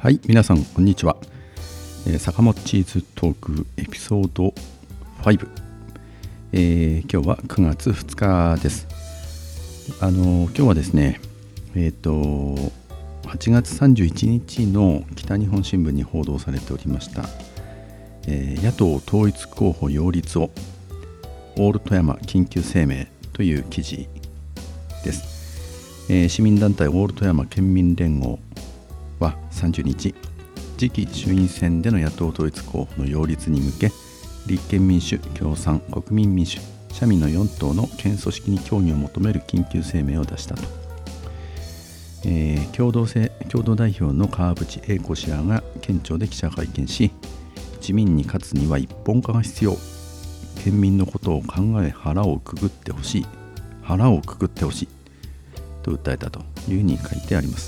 はい、皆さんこんにちは。坂本チーズトークエピソード5、今日は9月2日です。今日はですね、8月31日の北日本新聞に報道されておりました、野党統一候補擁立をオール富山緊急声明という記事です。市民団体オール富山県民連合は30日、次期衆院選での野党統一候補の擁立に向け、立憲民主、共産、国民民主、社民の4党の県組織に協議を求める緊急声明を出したと。共同代表の川淵英子氏らが県庁で記者会見し、自民に勝つには一本化が必要、県民のことを考え腹をくぐってほしいと訴えたというふうに書いてあります。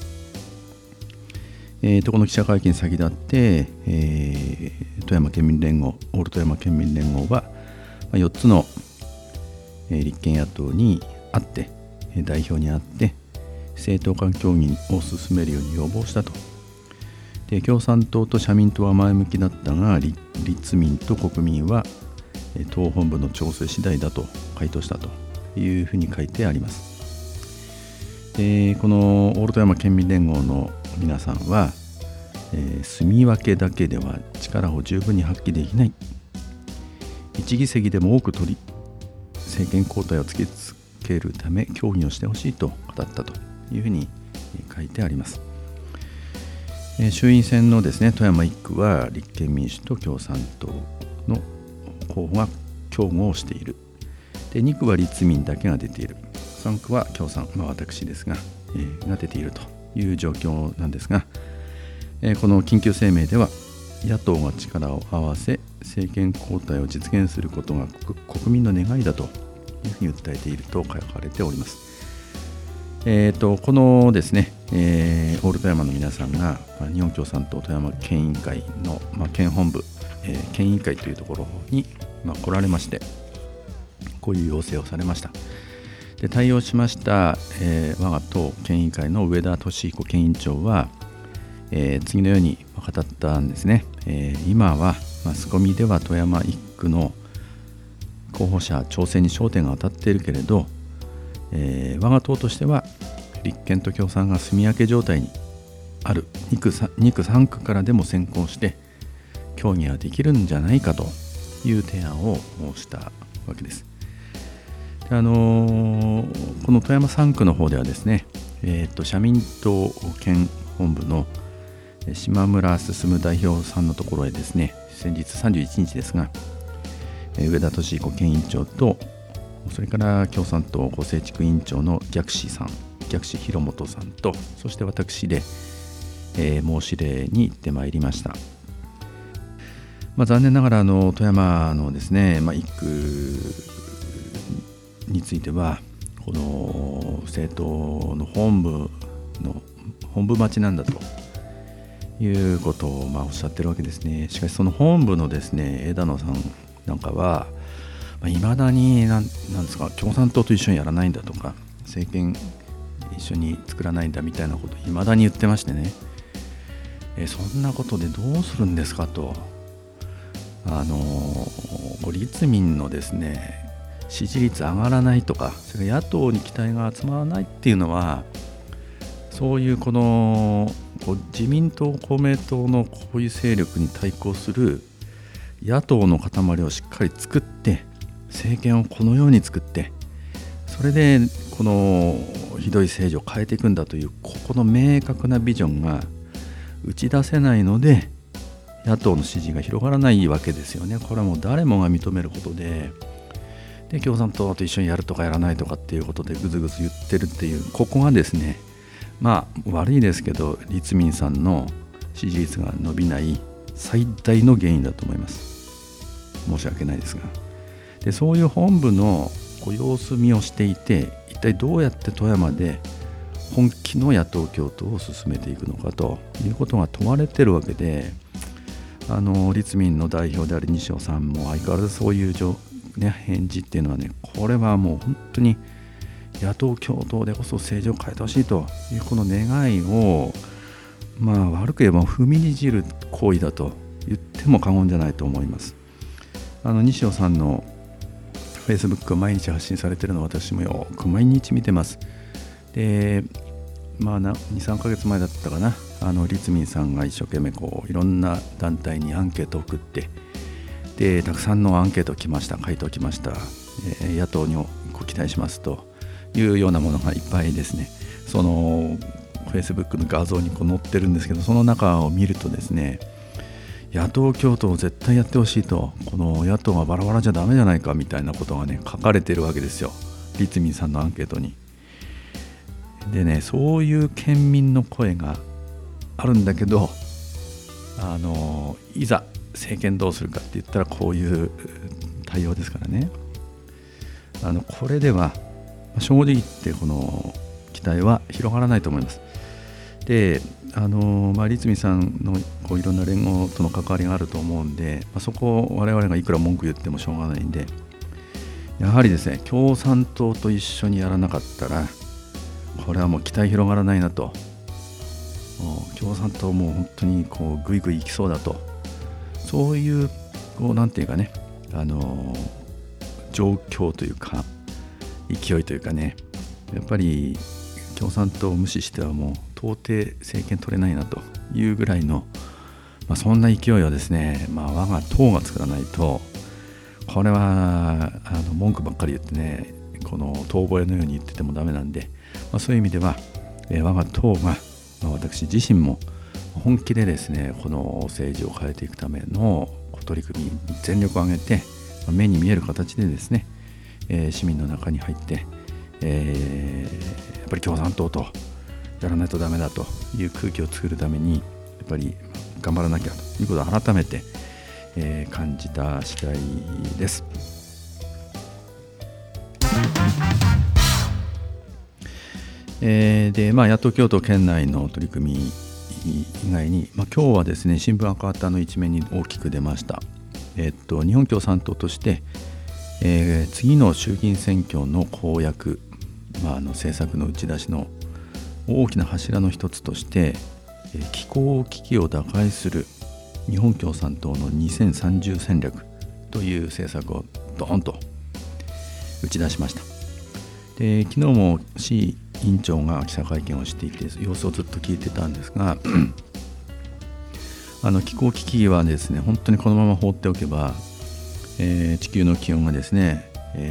この記者会見に先立って、オール富山県民連合は4つの、立憲野党に会って代表に会って政党間協議を進めるように要望したと。で、共産党と社民党は前向きだったが、立民と国民は党本部の調整次第だと回答したというふうに書いてあります。で、このオール富山県民連合の皆さんは、住み分けだけでは力を十分に発揮できない、一議席でも多く取り政権交代を突きつけるため協議をしてほしいと語ったというふうに書いてあります。衆院選のですね、富山1区は立憲民主と共産党の候補が競合をしている。で、2区は立民だけが出ている。3区は共産、私ですが、が出ているという状況なんですが、この緊急声明では野党が力を合わせ政権交代を実現することが国民の願いだというふうに訴えていると書かれております。このですね、オール富山の皆さんが日本共産党富山県委員会の、県本部、県委員会というところに、来られまして、こういう要請をされました。で、対応しました、我が党県委員会の上田俊彦県委員長は、次のように語ったんですね。今はマスコミでは富山1区の候補者調整に焦点が当たっているけれど、我が党としては立憲と共産が住み分け状態にある2区3区からでも先行して協議ができるんじゃないかという提案をしたわけです。この富山3区の方ではですね、社民党県本部の島村進代表さんのところへですね、先日31日ですが、上田俊彦県委員長と、それから共産党ご政地区委員長の逆志広本さんと、そして私で、申し入れに行ってまいりました。残念ながら富山のですね、1区についてはこの政党の本部待ちなんだということをおっしゃってるわけですね。しかしその本部のですね、枝野さんなんかはいまだになんですか、共産党と一緒にやらないんだとか、政権一緒に作らないんだみたいなことをいまだに言ってましてね、そんなことでどうするんですかと。立民のですね、支持率上がらないとか、それから野党に期待が集まらないっていうのは、そういうこの自民党公明党のこういう勢力に対抗する野党の塊をしっかり作って、政権をこのように作って、それでこのひどい政治を変えていくんだという、ここの明確なビジョンが打ち出せないので野党の支持が広がらないわけですよね。これはもう誰もが認めることで、共産党と一緒にやるとかやらないとかっていうことでぐずぐず言ってるっていう、ここがですね、悪いですけど立民さんの支持率が伸びない最大の原因だと思います。申し訳ないですが。で、そういう本部の様子見をしていて、一体どうやって富山で本気の野党共闘を進めていくのかということが問われてるわけで、立民の代表である西尾さんも相変わらずそういう返事っていうのはね、これはもう本当に野党共闘でこそ政治を変えてほしいというこの願いを悪く言えば踏みにじる行為だと言っても過言じゃないと思います。西尾さんの Facebook を毎日発信されているのを私もよく毎日見てます。で、2、3ヶ月前だったかな、立民さんが一生懸命いろんな団体にアンケートを送って、でたくさんのアンケート回答来ました。野党にご期待しますというようなものがいっぱいですね、その Facebook の画像に載ってるんですけど、その中を見るとですね、野党共闘を絶対やってほしいと、この野党がバラバラじゃダメじゃないかみたいなことがね書かれてるわけですよ、立民さんのアンケートに。でね、そういう県民の声があるんだけど、いざ政権どうするかって言ったらこういう対応ですからね。これでは正直言ってこの期待は広がらないと思います。で、立民さんのいろんな連合との関わりがあると思うんで、そこを我々がいくら文句言ってもしょうがないんで、やはりですね、共産党と一緒にやらなかったらこれはもう期待広がらないなと。共産党も本当にぐいぐいいきそうだと、そういうなんていうかね、状況というか勢いというかね、やっぱり共産党を無視してはもう到底政権取れないなというぐらいの、そんな勢いをですね、我が党が作らないと、これは文句ばっかり言ってね、この遠吠えのように言っててもダメなんで、そういう意味では、我が党が、私自身も本気でですね、この政治を変えていくための取り組みに全力を挙げて、目に見える形でですね、市民の中に入って、やっぱり共産党とやらないとダメだという空気を作るためにやっぱり頑張らなきゃということを改めて、感じた次第です。で、野党共闘県内の取り組み以外に、今日はですね、新聞赤旗の一面に大きく出ました。日本共産党として、次の衆議院選挙の公約、政策の打ち出しの大きな柱の一つとして、気候危機を打開する日本共産党の2030戦略という政策をドーンと打ち出しました。で、昨日も志委員長が記者会見をしていて様子をずっと聞いてたんですが気候危機はですね、本当にこのまま放っておけば、地球の気温がですね、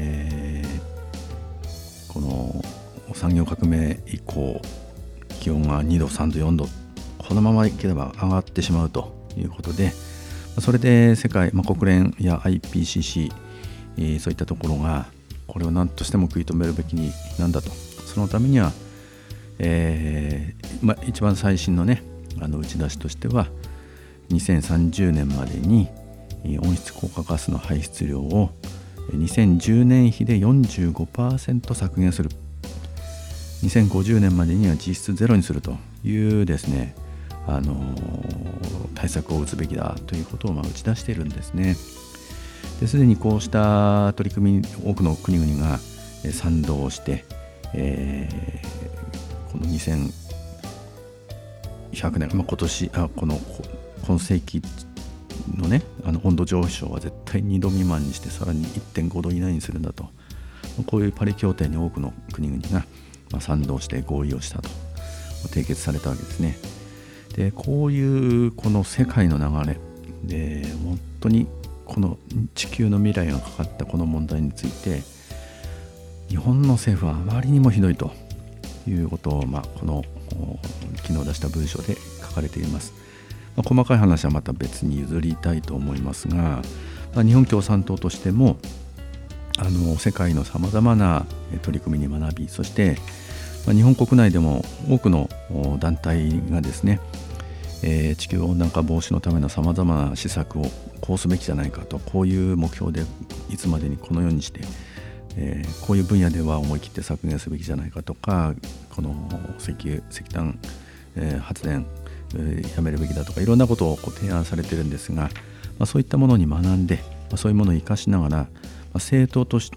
この産業革命以降気温が2度3度4度このままいければ上がってしまうということで、それで世界、国連や IPCC、そういったところがこれを何としても食い止めるべきなんだと。そのためには、一番最新のね、打ち出しとしては2030年までに温室効果ガスの排出量を2010年比で 45% 削減する、2050年までには実質ゼロにするというですね、対策を打つべきだということを打ち出しているんですね。ですでにこうした取り組み多くの国々が賛同して、この2100年、今世紀のね、温度上昇は絶対2度未満にしてさらに 1.5 度以内にするんだと、こういうパリ協定に多くの国々が賛同して合意をしたと締結されたわけですね。で、こういうこの世界の流れで本当にこの地球の未来がかかったこの問題について日本の政府はあまりにもひどいということを、この昨日出した文書で書かれています。細かい話はまた別に譲りたいと思いますが、日本共産党としても世界のさまざまな取り組みに学び、そして日本国内でも多くの団体がですね、地球温暖化防止のためのさまざまな施策をこうすべきじゃないかと、こういう目標でいつまでにこのようにして、こういう分野では思い切って削減すべきじゃないかとか、この石炭、発電、やめるべきだとか、いろんなことを提案されているんですが、そういったものに学んで、そういうものを生かしながら、政党として、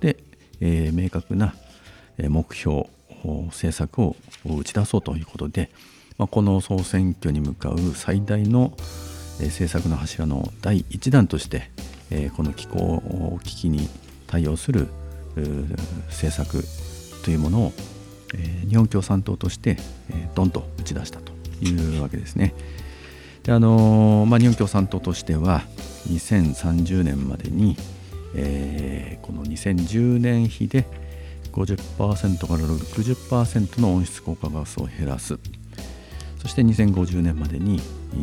明確な目標政策を打ち出そうということで、 この総選挙に向かう最大の政策の柱の第一弾として、この気候危機に対応する政策というものを、日本共産党として、ドンと打ち出したというわけですね。で日本共産党としては2030年までに、この2010年比で 50% から 60% の温室効果ガスを減らす。そして2050年までに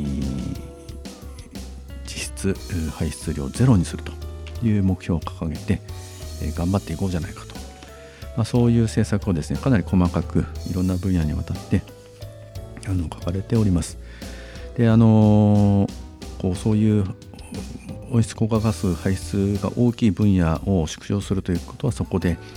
実質排出量ゼロにするという目標を掲げて頑張っていこうじゃないかと、そういう政策をですねかなり細かくいろんな分野にわたって書かれております。でそういう温室効果ガス排出が大きい分野を縮小するということはそこで、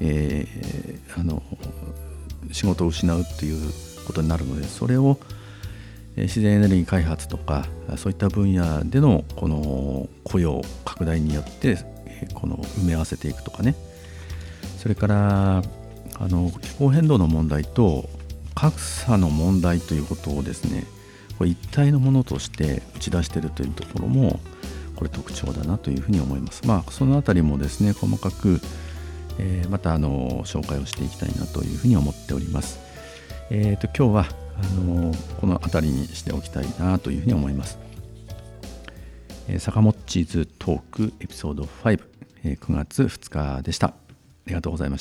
仕事を失うということになるので、それを自然エネルギー開発とかそういった分野でのこの雇用拡大によってこの埋め合わせていくとかね、それから気候変動の問題と格差の問題ということをですねこれ一体のものとして打ち出しているというところもこれ特徴だなというふうに思います。そのあたりもですね細かく、また紹介をしていきたいなというふうに思っております。今日はこのあたりにしておきたいなというふうに思います。坂モッチーズトークエピソード5、9月2日でした。ありがとうございました。